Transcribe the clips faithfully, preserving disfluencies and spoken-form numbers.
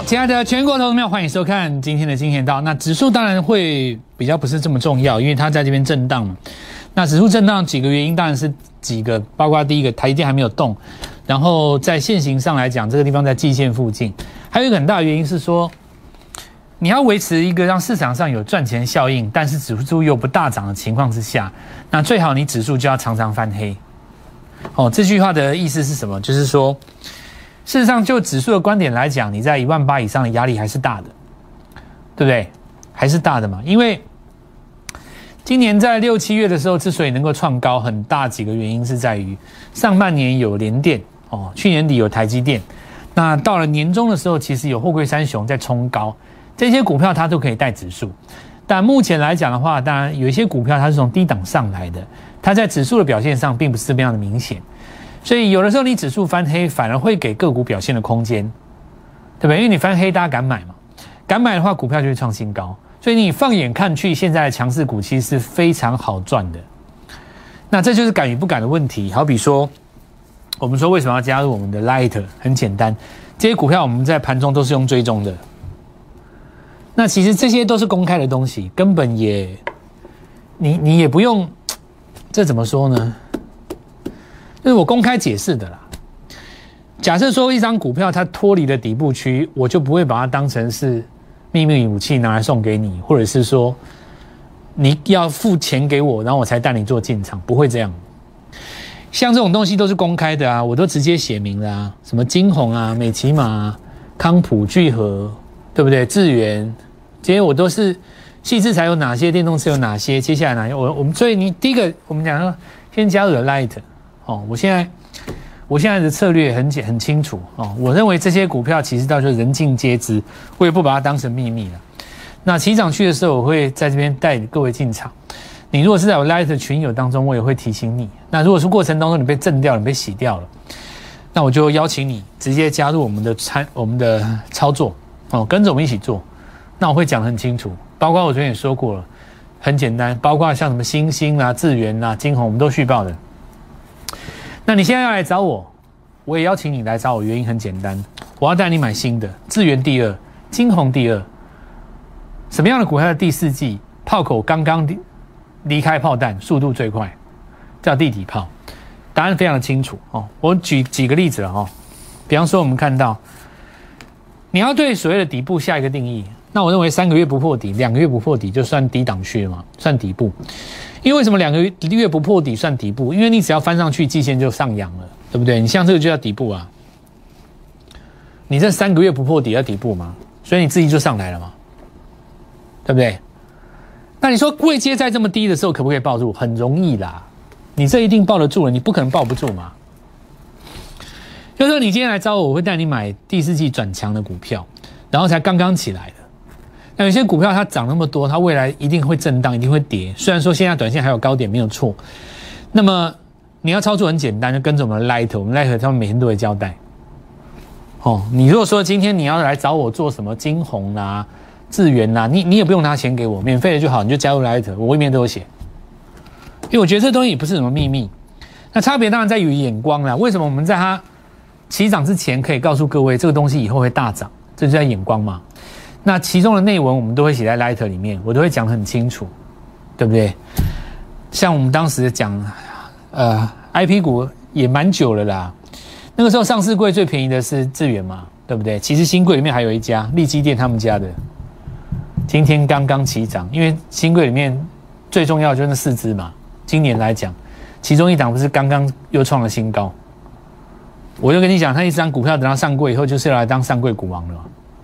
好，亲爱的全国投资朋友，欢迎收看今天的金钱道。那指数当然会比较不是这么重要，因为它在这边震荡嘛。那指数震荡几个原因当然是几个，包括第一个台积电还没有动，然后在线型上来讲，这个地方在季线附近，还有一个很大的原因是说，你要维持一个让市场上有赚钱效应，但是指数又不大涨的情况之下，那最好你指数就要常常翻黑。哦，这句话的意思是什么？就是说，事实上就指数的观点来讲，你在一万八以上的压力还是大的，对不对？还是大的嘛，因为今年在六七月的时候，之所以能够创高，很大几个原因是在于上半年有联电哦，去年底有台积电，那到了年中的时候，其实有货柜三雄在冲高，这些股票它都可以带指数。但目前来讲的话，当然有一些股票它是从低档上来的，它在指数的表现上并不是这么样的明显，所以有的时候你指数翻黑，反而会给个股表现的空间，对不对？因为你翻黑，大家敢买嘛，敢买的话，股票就会创新高。所以你放眼看去，现在的强势股其实是非常好赚的。那这就是敢与不敢的问题。好比说，我们说为什么要加入我们的 Light， 很简单，这些股票我们在盘中都是用追踪的。那其实这些都是公开的东西，根本也你你也不用，这怎么说呢？就是我公开解释的啦。假设说一张股票它脱离了底部区，我就不会把它当成是秘密武器拿来送给你，或者是说你要付钱给我，然后我才带你做进场，不会这样。像这种东西都是公开的啊，我都直接写明了啊，什么金鸿啊、美琪玛啊、康普、聚合，对不对？智原，这些我都是细致才有哪些，电动车有哪些，接下来哪些，我我们所以你第一个我们讲说先加入了 Light 哦，我现在。我现在的策略很简很清楚哦，我认为这些股票其实到时候人尽皆知，我也不把它当成秘密了。那起涨区的时候，我会在这边带各位进场。你如果是在我 Light 群友当中，我也会提醒你。那如果是过程当中你被震掉了，你被洗掉了，那我就邀请你直接加入我们的参我们的操作哦，跟着我们一起做。那我会讲得很清楚，包括我昨天也说过了，很简单，包括像什么星星啦、智原啦、金鸿，我们都续报的。那你现在要来找我，我也邀请你来找我，原因很简单，我要带你买新的，智原第二，金鸿第二。什么样的股票的第四季炮口刚刚离开炮弹，速度最快，叫地底炮？答案非常的清楚哦。我举几个例子了哦，比方说我们看到，你要对所谓的底部下一个定义，那我认为三个月不破底，两个月不破底就算低档区了嘛，算底部。因为为什么两个月不破底算底部？因为你只要翻上去，季线就上扬了，对不对？你像这个就叫底部啊。你这三个月不破底要底部嘛，所以你自己就上来了嘛，对不对？那你说位阶在这么低的时候可不可以抱住？很容易啦，你这一定抱得住了，你不可能抱不住嘛。就是说你今天来找我，我会带你买第四季转强的股票，然后才刚刚起来的。那有些股票它涨那么多，它未来一定会震荡，一定会跌。虽然说现在短线还有高点没有错，那么你要操作很简单，就跟着我们的 Light， 我们 Light 他们每天都会交代。哦，你如果说今天你要来找我做什么金鸿啦、智原啦，你你也不用拿钱给我，免费的就好，你就加入 Light， 我里面都有写。因为我觉得这东西也不是什么秘密，那差别当然在于眼光啦。为什么我们在它起涨之前可以告诉各位这个东西以后会大涨，这就叫眼光嘛。那其中的内文我们都会写在 Light 里面，我都会讲得很清楚，对不对？像我们当时讲，呃 ，I P 股也蛮久了啦。那个时候上市柜最便宜的是智原嘛，对不对？其实新柜里面还有一家力积电他们家的，今天刚刚起涨，因为新柜里面最重要的就是那四只嘛。今年来讲，其中一档不是刚刚又创了新高，我就跟你讲，它一张股票等到上柜以后，就是要来当上柜股王了嘛。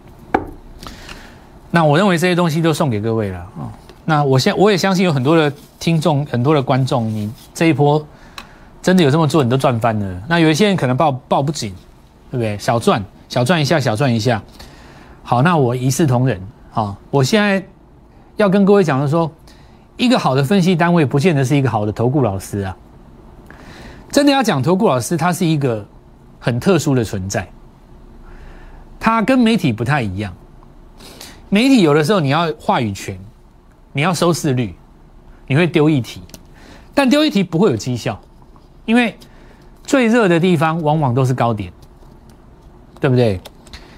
那我认为这些东西都送给各位了哦。那我相我也相信有很多的听众、很多的观众，你这一波真的有这么做，你都赚翻了。那有一些人可能抱抱不紧，对不对？小赚小赚一下，小赚一下。好，那我一视同仁。好，我现在要跟各位讲的说，一个好的分析单位不见得是一个好的投顾老师啊。真的要讲投顾老师，他是一个很特殊的存在，他跟媒体不太一样。媒体有的时候你要话语权，你要收视率，你会丢议题，但丢议题不会有绩效，因为最热的地方往往都是高点，对不对？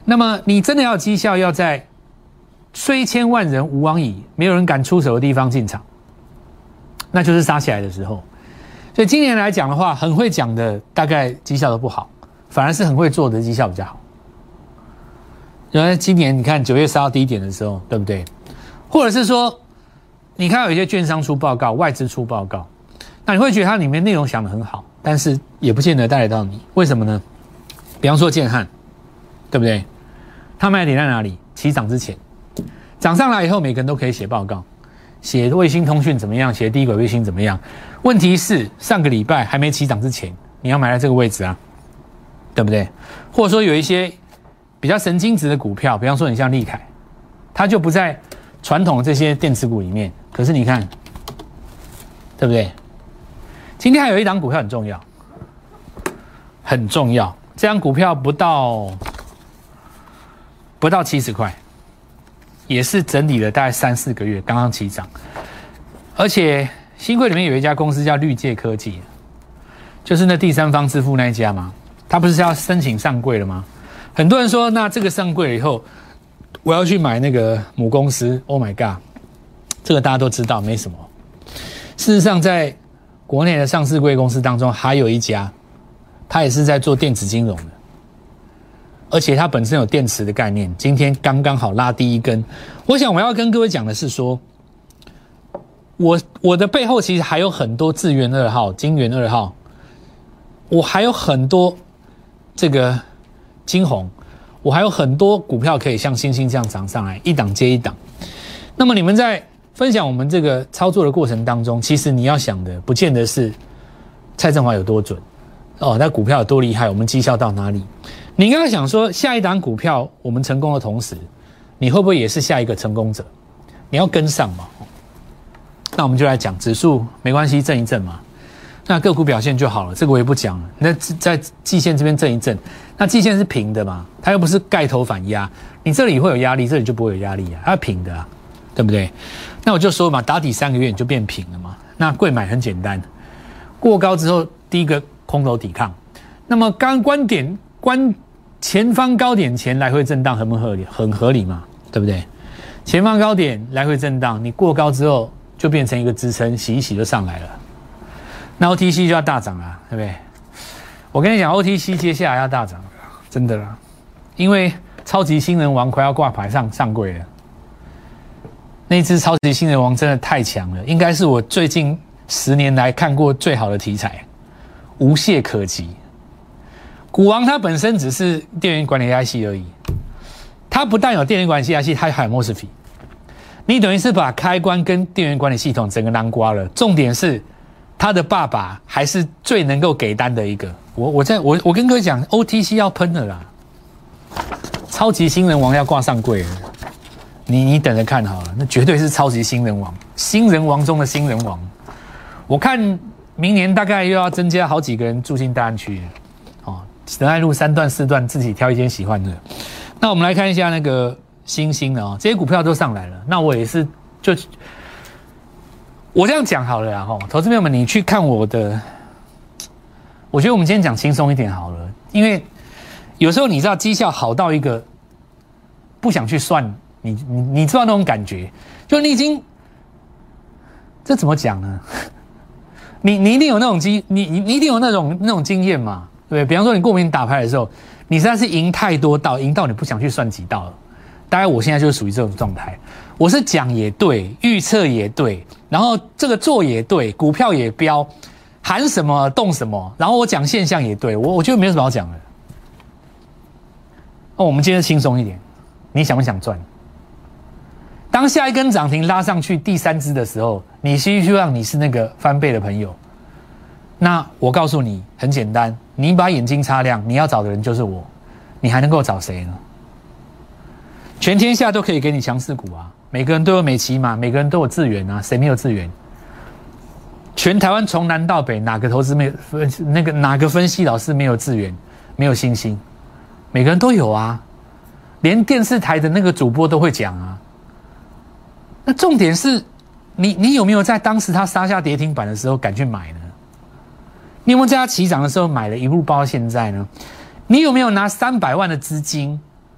那么你真的要绩效，要在虽千万人吾往矣，没有人敢出手的地方进场，那就是杀起来的时候。所以今年来讲的话，很会讲的大概绩效都不好，反而是很会做的绩效比较好。原来今年你看九月杀到低点的时候，对不对？或者是说，你看有一些券商出报告，外资出报告，那你会觉得它里面内容想得很好，但是也不见得带得到你。为什么呢？比方说建汉，对不对？它卖点在哪里？起涨之前，涨上来以后，每个人都可以写报告，写卫星通讯怎么样，写低轨卫星怎么样。问题是上个礼拜还没起涨之前，你要买在这个位置啊，对不对？或者说有一些比较神经质的股票，比方说你像立凯，它就不在传统的这些电子股里面。可是你看，对不对？今天还有一档股票很重要，很重要。这张股票不到不到七十块，也是整理了大概三四个月，刚刚起涨。而且新贵里面有一家公司叫绿界科技，就是那第三方支付那一家嘛，他不是要申请上柜了吗？很多人说，那这个上柜了以后，我要去买那个母公司 ，Oh my god， 这个大家都知道没什么。事实上，在国内的上市柜公司当中，还有一家，它也是在做电子金融的，而且它本身有电池的概念。今天刚刚好拉第一根。我想我要跟各位讲的是说，我我的背后其实还有很多智原二号、金元二号，我还有很多这个金红，我还有很多股票可以像星星这样涨上来，一档接一档。那么你们在分享我们这个操作的过程当中，其实你要想的不见得是蔡正华有多准哦，那股票有多厉害，我们绩效到哪里？你应该想说，下一档股票我们成功的同时，你会不会也是下一个成功者？你要跟上嘛。那我们就来讲指数，没关系，震一震嘛。那个股表现就好了，这个我也不讲了。那在季线这边震一震，那季线是平的嘛，它又不是盖头反压，你这里会有压力，这里就不会有压力啊，它是平的啊，对不对？那我就说嘛，打底三个月你就变平了嘛。那贵买很简单，过高之后第一个空头抵抗，那么刚关点关前方高点前来回震荡，很不合理？很合理嘛，对不对？前方高点来回震荡，你过高之后就变成一个支撑，洗一洗就上来了。那 O T C 就要大涨了，对不对？我跟你讲 ，O T C 接下来要大涨了，真的啦，因为超级新人王快要挂牌上上柜了。那只超级新人王真的太强了，应该是我最近十年来看过最好的题材，无懈可击。股王它本身只是电源管理 I C 而已，它不但有电源管理 I C， 它还有 M O S F E T。你等于是把开关跟电源管理系统整个囊瓜了。重点是，他的爸爸还是最能够给单的一个。我我在我我跟各位讲 ，O T C 要喷了啦，超级新人王要挂上柜了。你你等着看好了，那绝对是超级新人王，新人王中的新人王。我看明年大概又要增加好几个人住进大安区，哦，仁爱路三段四段自己挑一间喜欢的。那我们来看一下那个新兴的哦，这些股票都上来了。那我也是就我这样讲好了啦，哈，投资朋友们，你去看我的，我觉得我们今天讲轻松一点好了，因为有时候你知道绩效好到一个不想去算。你你你知道那种感觉，就你已经，这怎么讲呢？你你一定有那种经，你你你一定有那种那种经验嘛，对不对？比方说你过敏打牌的时候，你实在是赢太多道，赢到你不想去算几道了。大概我现在就是属于这种状态，我是讲也对，预测也对，然后这个做也对，股票也标，喊什么动什么，然后我讲现象也对，我我觉得没有什么好讲的。哦，我们今天轻松一点，你想不想赚？当下一根涨停拉上去第三支的时候，你希不希望你是那个翻倍的朋友？那我告诉你，很简单，你把眼睛擦亮，你要找的人就是我，你还能够找谁呢？全天下都可以给你强势股啊，每个人都有美骑马，每个人都有智原啊，谁没有智原？全台湾从南到北，哪个投资没有那个哪个分析老师没有智原，没有星星？每个人都有啊，连电视台的那个主播都会讲啊。那重点是，你你有没有在当时他杀下跌停板的时候敢去买呢？你有没有在他起涨的时候买了一路包到现在呢？你有没有拿三百万的资金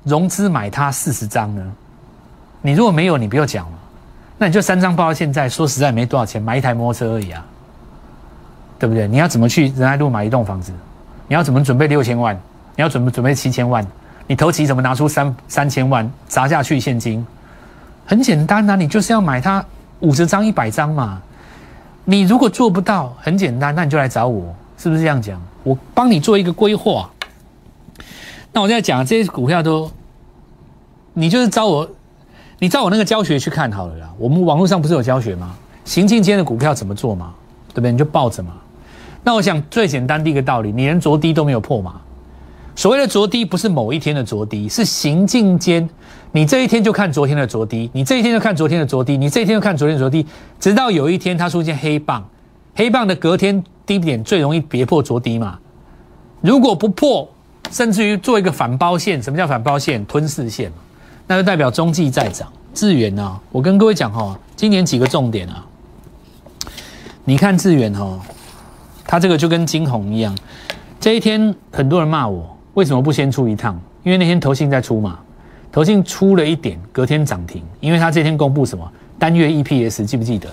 融资买它四十张呢？你如果没有，你不要讲了，那你就三张报到现在，说实在没多少钱，买一台摩托车而已啊，对不对？你要怎么去仁爱路买一栋房子？你要怎么准备六千万？你要准备准备七千万？你头期怎么拿出三三千万砸下去现金？很简单啊，你就是要买它五十张、一百张嘛。你如果做不到，很简单，那你就来找我，是不是这样讲？我帮你做一个规划。那我在讲这些股票都，你就是照我，你照我那个教学去看好了啦。我们网络上不是有教学吗？行进间的股票怎么做嘛，对不对？你就抱着嘛。那我想最简单的一个道理，你连昨低都没有破嘛。所谓的昨低不是某一天的昨低，是行进间。你这一天就看昨天的昨低，你这一天就看昨天的昨低，你这一天就看昨天的昨低，直到有一天它出现黑棒，黑棒的隔天低点最容易跌破昨低嘛。如果不破，甚至于做一个反包线，什么叫反包线？吞噬线嘛，那就代表中继在涨。智原啊，我跟各位讲哈，今年几个重点啊，你看智原哈，它这个就跟金鸿一样，这一天很多人骂我。为什么不先出一趟？因为那天投信在出嘛，投信出了一点，隔天涨停，因为他这天公布什么单月 E P S， 记不记得？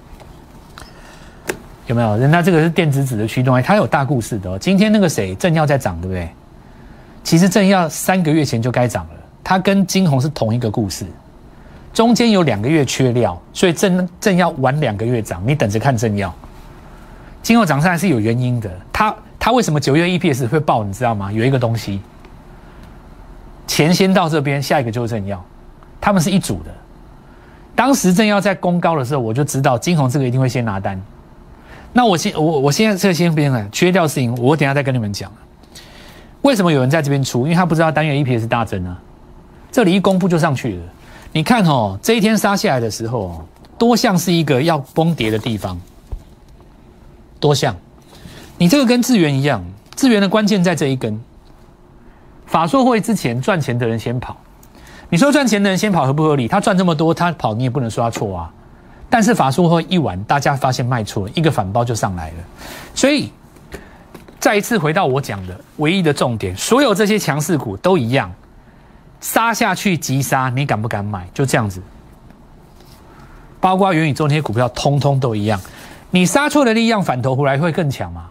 有没有？人家这个是电子纸的驱动，它有大故事的哦。今天那个谁，正耀在涨，对不对？其实正耀三个月前就该涨了，它跟金鸿是同一个故事，中间有两个月缺料，所以正正耀晚两个月涨，你等着看正耀。金鸿涨上来是有原因的，它。它为什么九月 E P S 会爆？你知道吗？有一个东西，钱先到这边，下一个就是正耀，他们是一组的。当时正耀在攻高的时候，我就知道金鸿这个一定会先拿单。那我先我我现在这个先不讲缺掉事情，我等一下再跟你们讲。为什么有人在这边出？因为他不知道单月 E P S 大增啊。这里一公布就上去了。你看哦，这一天杀下来的时候，多像是一个要崩跌的地方，多像。你这个跟智原一样，智原的关键在这一根。法说会之前赚钱的人先跑，你说赚钱的人先跑合不合理？他赚这么多，他跑你也不能说他错啊。但是法说会一完，大家发现卖错了，一个反包就上来了。所以再一次回到我讲的唯一的重点，所有这些强势股都一样，杀下去急杀，你敢不敢买？就这样子。包括元宇宙那些股票，通通都一样。你杀错的力量反头回来会更强吗？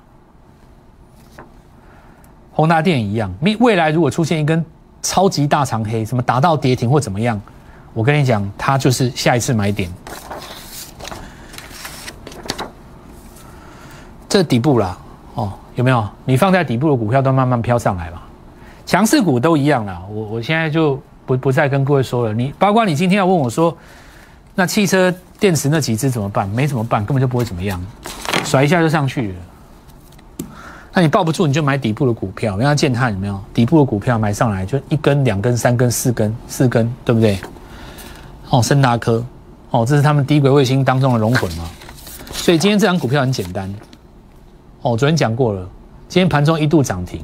宏达电一样，未来如果出现一根超级大长黑，什么打到跌停或怎么样，我跟你讲，它就是下一次买点。这底部啦，哦，有没有？你放在底部的股票都慢慢飘上来嘛。强势股都一样啦，我我现在就不不再跟各位说了。你包括你今天要问我说，那汽车电池那几只怎么办？没怎么办，根本就不会怎么样，甩一下就上去了。那你抱不住，你就买底部的股票，让它建汉有没有？底部的股票买上来就一根、两根、三根、四根、四根，对不对？哦，森达科，哦，这是他们低轨卫星当中的龙魂嘛。所以今天这张股票很简单。哦，昨天讲过了，今天盘中一度涨停。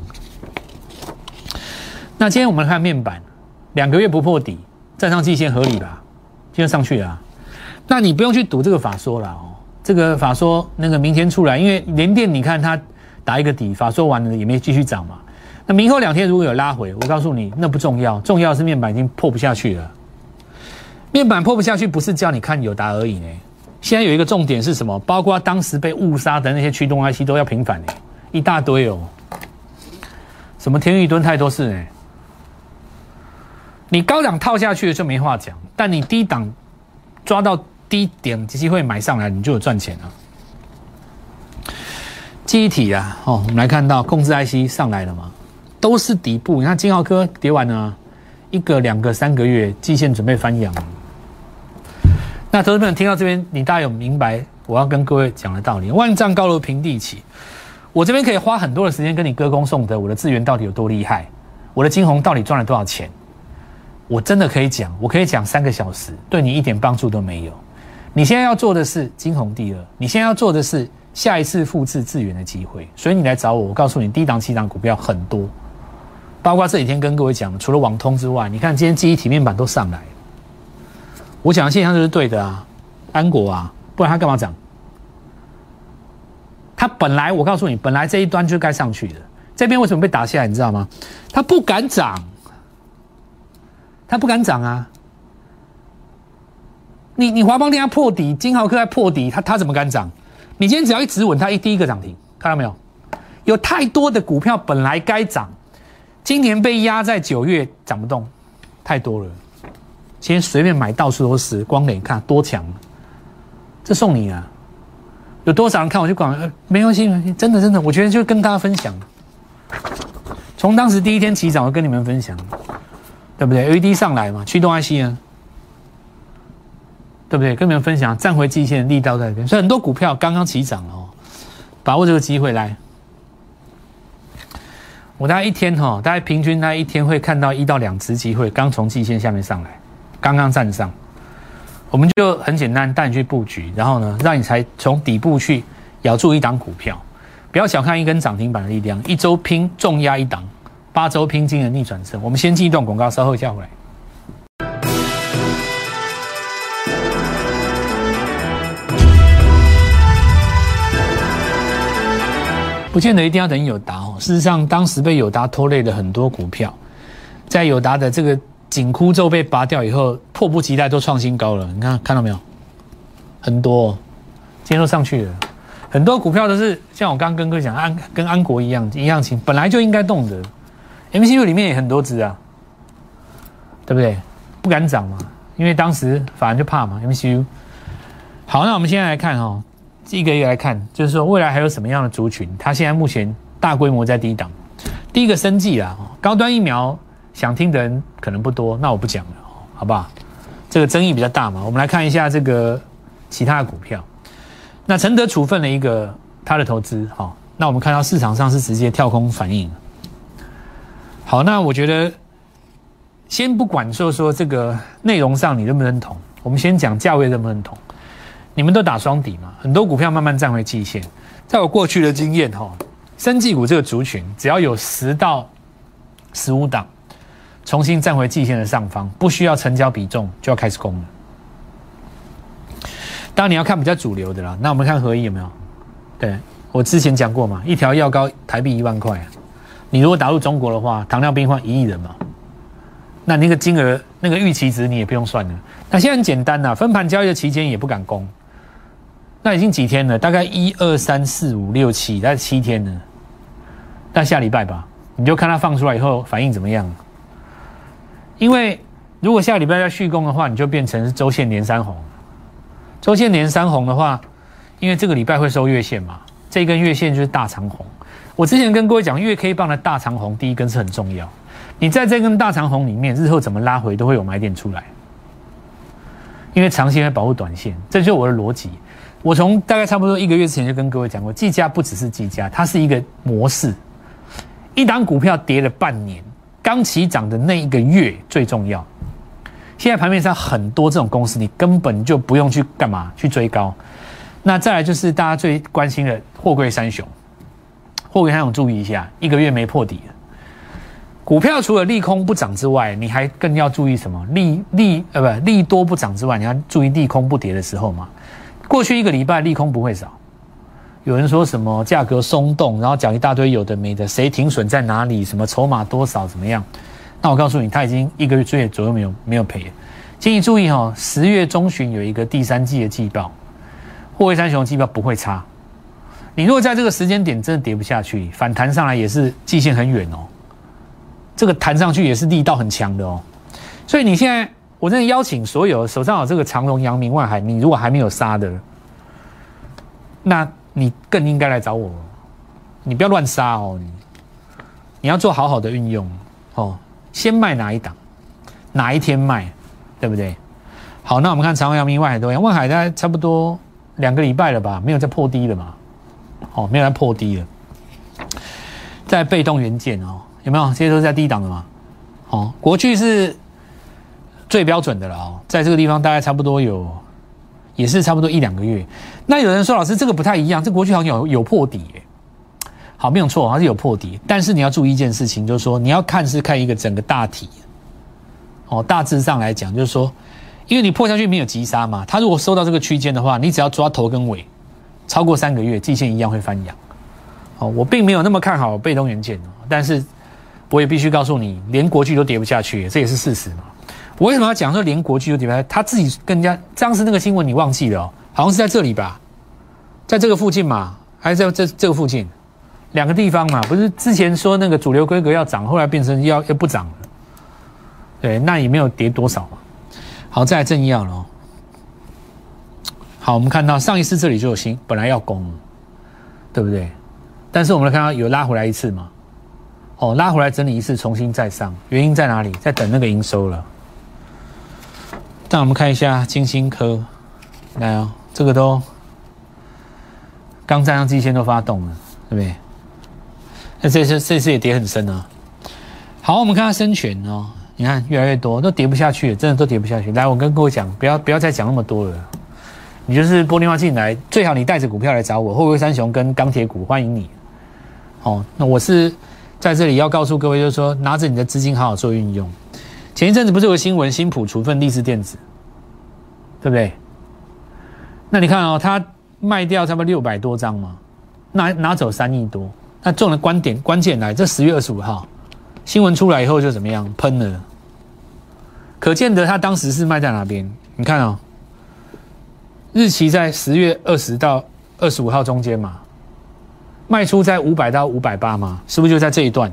那今天我们看面板，两个月不破底，站上季线合理吧？今天上去了啊。那你不用去赌这个法说啦哦，这个法说那个明天出来，因为联电你看它。打一个底，法说完了也没继续涨嘛。那明后两天如果有拉回，我告诉你，那不重要，重要的是面板已经破不下去了。面板破不下去，不是叫你看友达而已呢。现在有一个重点是什么？包括当时被误杀的那些驱动 I C 都要平反呢，一大堆哦。什么天域敦太多事呢？你高档套下去就没话讲，但你低档抓到低点机会买上来，你就有赚钱了。记忆体啊，哦，我们来看到控制 I C 上来了嘛，都是底部。你看金豪科跌完了、啊，一个、两个、三个月，季线准备翻阳。那投资朋友听到这边，你大概有明白我要跟各位讲的道理。万丈高楼平地起，我这边可以花很多的时间跟你歌功颂德，我的资源到底有多厉害，我的金鸿到底赚了多少钱，我真的可以讲，我可以讲三个小时，对你一点帮助都没有。你现在要做的是金鸿第二，你现在要做的是。下一次复制智原的机会，所以你来找我，我告诉你，低档、七档股票很多，包括这几天跟各位讲的，除了网通之外，你看今天记忆体面板都上来，我讲的现象就是对的啊，安国啊，不然它干嘛涨？它本来我告诉你，本来这一端就该上去的，这边为什么被打下来？你知道吗？它不敢涨， 它不敢涨啊。你你华邦电它破底，金豪科在破底，它它怎么敢涨？你今天只要一直稳，它一第一个涨停，看到没有？有太多的股票本来该涨，今年被压在九月涨不动，太多了。今天随便买到处都是，光磊看多强，这送你啊！有多少人看我就讲，呃，没关系，没关系，真的真的，我觉得就跟大家分享。从当时第一天起涨，我跟你们分享，对不对 ？L E D 上来嘛，驱动 I C 呢？对不对？跟你们分享站回季线的力道在这边，所以很多股票刚刚起涨了哦，把握这个机会来。我大概一天哈、哦，大概平均大概一天会看到一到两只机会，刚从季线下面上来，刚刚站上，我们就很简单带你去布局，然后呢，让你才从底部去咬住一档股票，不要小看一根涨停板的力量，一周拼重压一档，八周拼惊人逆转胜。我们先进一段广告，稍后下回来。不见得一定要等友达哦。事实上，当时被友达拖累了很多股票，在友达的这个紧箍咒被拔掉以后，迫不及待都创新高了。你看看到没有？很多、哦，今天都上去了。很多股票都是像我刚刚跟各位讲，安跟安国一样一样情，本来就应该动的。M C U 里面也很多只啊，对不对？不敢涨嘛，因为当时法人就怕嘛 M C U。好，那我们现在来看哦。一个一个来看，就是说未来还有什么样的族群，它现在目前大规模在低档。第一个生技啦，高端疫苗想听的人可能不多，那我不讲了，好不好？这个争议比较大嘛。我们来看一下这个其他的股票。那承德处分了一个他的投资，好，那我们看到市场上是直接跳空反应。好，那我觉得先不管说说这个内容上你认不认同，我们先讲价位认不认同。你们都打双底嘛，很多股票慢慢站回季线。在我过去的经验哈，生技股这个族群只要有十到十五档重新站回季线的上方，不需要成交比重就要开始攻了。当然你要看比较主流的啦，那我们看合一有没有？对，我之前讲过嘛，一条药膏台币一万块、啊，你如果打入中国的话，糖尿病患一亿人嘛，那那个金额那个预期值你也不用算了。那现在很简单啦，分盘交易的期间也不敢攻。那已经几天了？大概一二三四五六七，大概七天了。那下礼拜吧，你就看它放出来以后反应怎么样。因为如果下礼拜要续攻的话，你就变成是周线连三红。周线连三红的话，因为这个礼拜会收月线嘛，这根月线就是大长红。我之前跟各位讲，月 K 棒的大长红第一根是很重要。你在这根大长红里面，日后怎么拉回都会有买点出来。因为长线会保护短线，这就是我的逻辑。我从大概差不多一个月之前就跟各位讲过，技嘉不只是技嘉，它是一个模式。一档股票跌了半年，刚起涨的那一个月最重要。现在盘面上很多这种公司，你根本就不用去干嘛去追高。那再来就是大家最关心的货柜三雄，货柜三雄注意一下，一个月没破底了。股票除了利空不涨之外，你还更要注意什么？利利呃不利多不涨之外，你要注意利空不跌的时候嘛。过去一个礼拜利空不会少，有人说什么价格松动，然后讲一大堆有的没的，谁停损在哪里，什么筹码多少怎么样？那我告诉你，他已经一个月左右没有没有赔。请你注意哦，十月中旬有一个第三季的季报，货柜三雄季报不会差。你如果在这个时间点真的跌不下去，反弹上来也是季线很远哦，这个弹上去也是力道很强的哦。所以你现在。我真的邀请所有手上有这个长荣、阳明、万海，你如果还没有杀的，那你更应该来找我。你不要乱杀哦，你你要做好好的运用哦。先卖哪一档，哪一天卖，对不对？好，那我们看长荣、阳明、万海都一样，万海大概差不多两个礼拜了吧，没有再破低了嘛？哦，没有再破低了。在被动元件哦，有没有？这些都是在低档的嘛？哦，国巨是。最标准的了哦，在这个地方大概差不多有，也是差不多一两个月。那有人说老师这个不太一样，这国巨好像有有破底耶。好，没有错，它是有破底，但是你要注意一件事情，就是说你要看是看一个整个大体。哦，大致上来讲，就是说，因为你破下去没有急杀嘛，它如果收到这个区间的话，你只要抓头跟尾，超过三个月，季线一样会翻扬。哦，我并没有那么看好被动元件，但是我也必须告诉你，连国巨都跌不下去，这也是事实嘛。 我为什么要讲说连国巨都跌不下去？他自己跟人家当时那个新闻你忘记了哦，好像是在这里吧，在这个附近嘛，还是在这这个附近，两个地方嘛，不是之前说那个主流规格要涨，后来变成要要不涨了，对，那也没有跌多少嘛。好，再来正医药了哦。好，我们看到上一次这里就有新，本来要攻，对不对？但是我们来看到有拉回来一次嘛，哦，拉回来整理一次，重新再上，原因在哪里？在等那个营收了。那我们看一下金星科，来哦，这个都刚站上季线都发动了，对不对？那这次这次也跌很深啊。好，我们看它深全哦，你看越来越多，都跌不下去了，真的都跌不下去。来，我跟各位讲，不要不要再讲那么多了。你就是拨电话进来，最好你带着股票来找我，货柜三雄跟钢铁股欢迎你。哦，那我是在这里要告诉各位，就是说拿着你的资金好好做运用。前一阵子不是有个新闻，新普处分力士电子，对不对？那你看哦，他卖掉差不多六百多张嘛，拿拿走三亿多。那重的观点关键来，这十月二十五号新闻出来以后就怎么样喷了，可见得他当时是卖在哪边？你看哦，日期在十月二十到二十五号中间嘛，卖出在五百到五百八嘛，是不是就在这一段？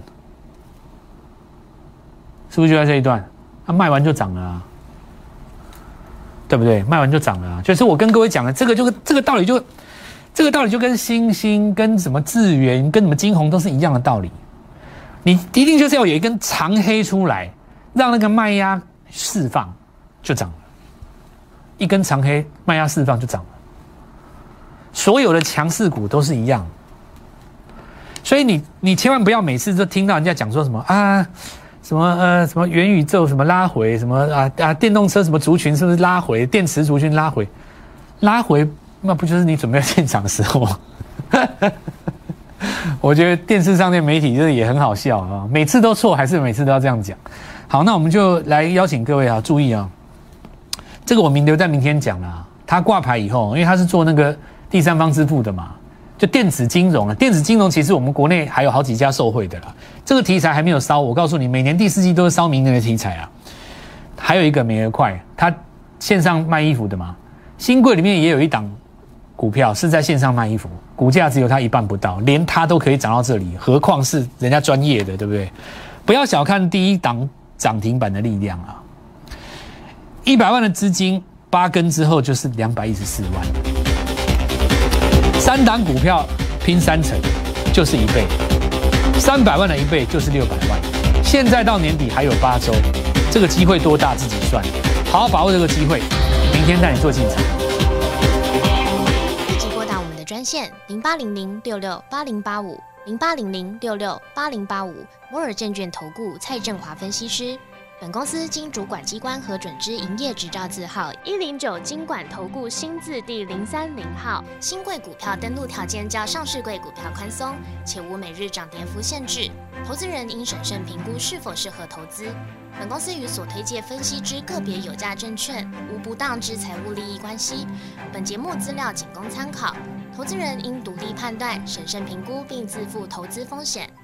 是不是就在这一段？啊，卖完就涨了啊，对不对？卖完就涨了啊，就是我跟各位讲的这个就这个道理就，这个道理就跟星星、跟什么智原、跟什么金鸿都是一样的道理。你一定就是要有一根长黑出来，让那个卖压释放，就涨了。一根长黑，卖压释放就涨了。所有的强势股都是一样，所以你你千万不要每次都听到人家讲说什么啊。什么呃什么元宇宙什么拉回什么啊啊电动车什么族群是不是拉回电池族群拉回拉回那不就是你准备进场的时候吗？我觉得电视上面媒体就是也很好笑啊，每次都错还是每次都要这样讲。好，那我们就来邀请各位啊注意啊，这个我明留在明天讲啦。他挂牌以后，因为他是做那个第三方支付的嘛。就电子金融啊，电子金融其实我们国内还有好几家受惠的啦。这个题材还没有烧，我告诉你，每年第四季都是烧明年的题材啊。还有一个美而快，它线上卖衣服的嘛，新贵里面也有一档股票是在线上卖衣服，股价只有它一半不到，连它都可以涨到这里，何况是人家专业的，对不对？不要小看第一档涨停板的力量啊！一百万的资金，八根之后就是两百一十四万。三档股票拼三成，就是一倍，三百万的一倍就是六百万。现在到年底还有八周，这个机会多大自己算，好好把握这个机会。明天带你做进场。 立即拨打我们的专线零八零零六六八零八五零八零零六六八零八五摩尔证券投顾蔡正华分析师。本公司经主管机关核准之营业执照字号一零九金管投顾新字第零三零号。新贵股票登录条件较上市贵股票宽松，且无每日涨跌幅限制。投资人应审慎评估是否适合投资。本公司与所推介分析之个别有价证券无不当之财务利益关系。本节目资料仅供参考，投资人应独立判断、审慎评估并自负投资风险。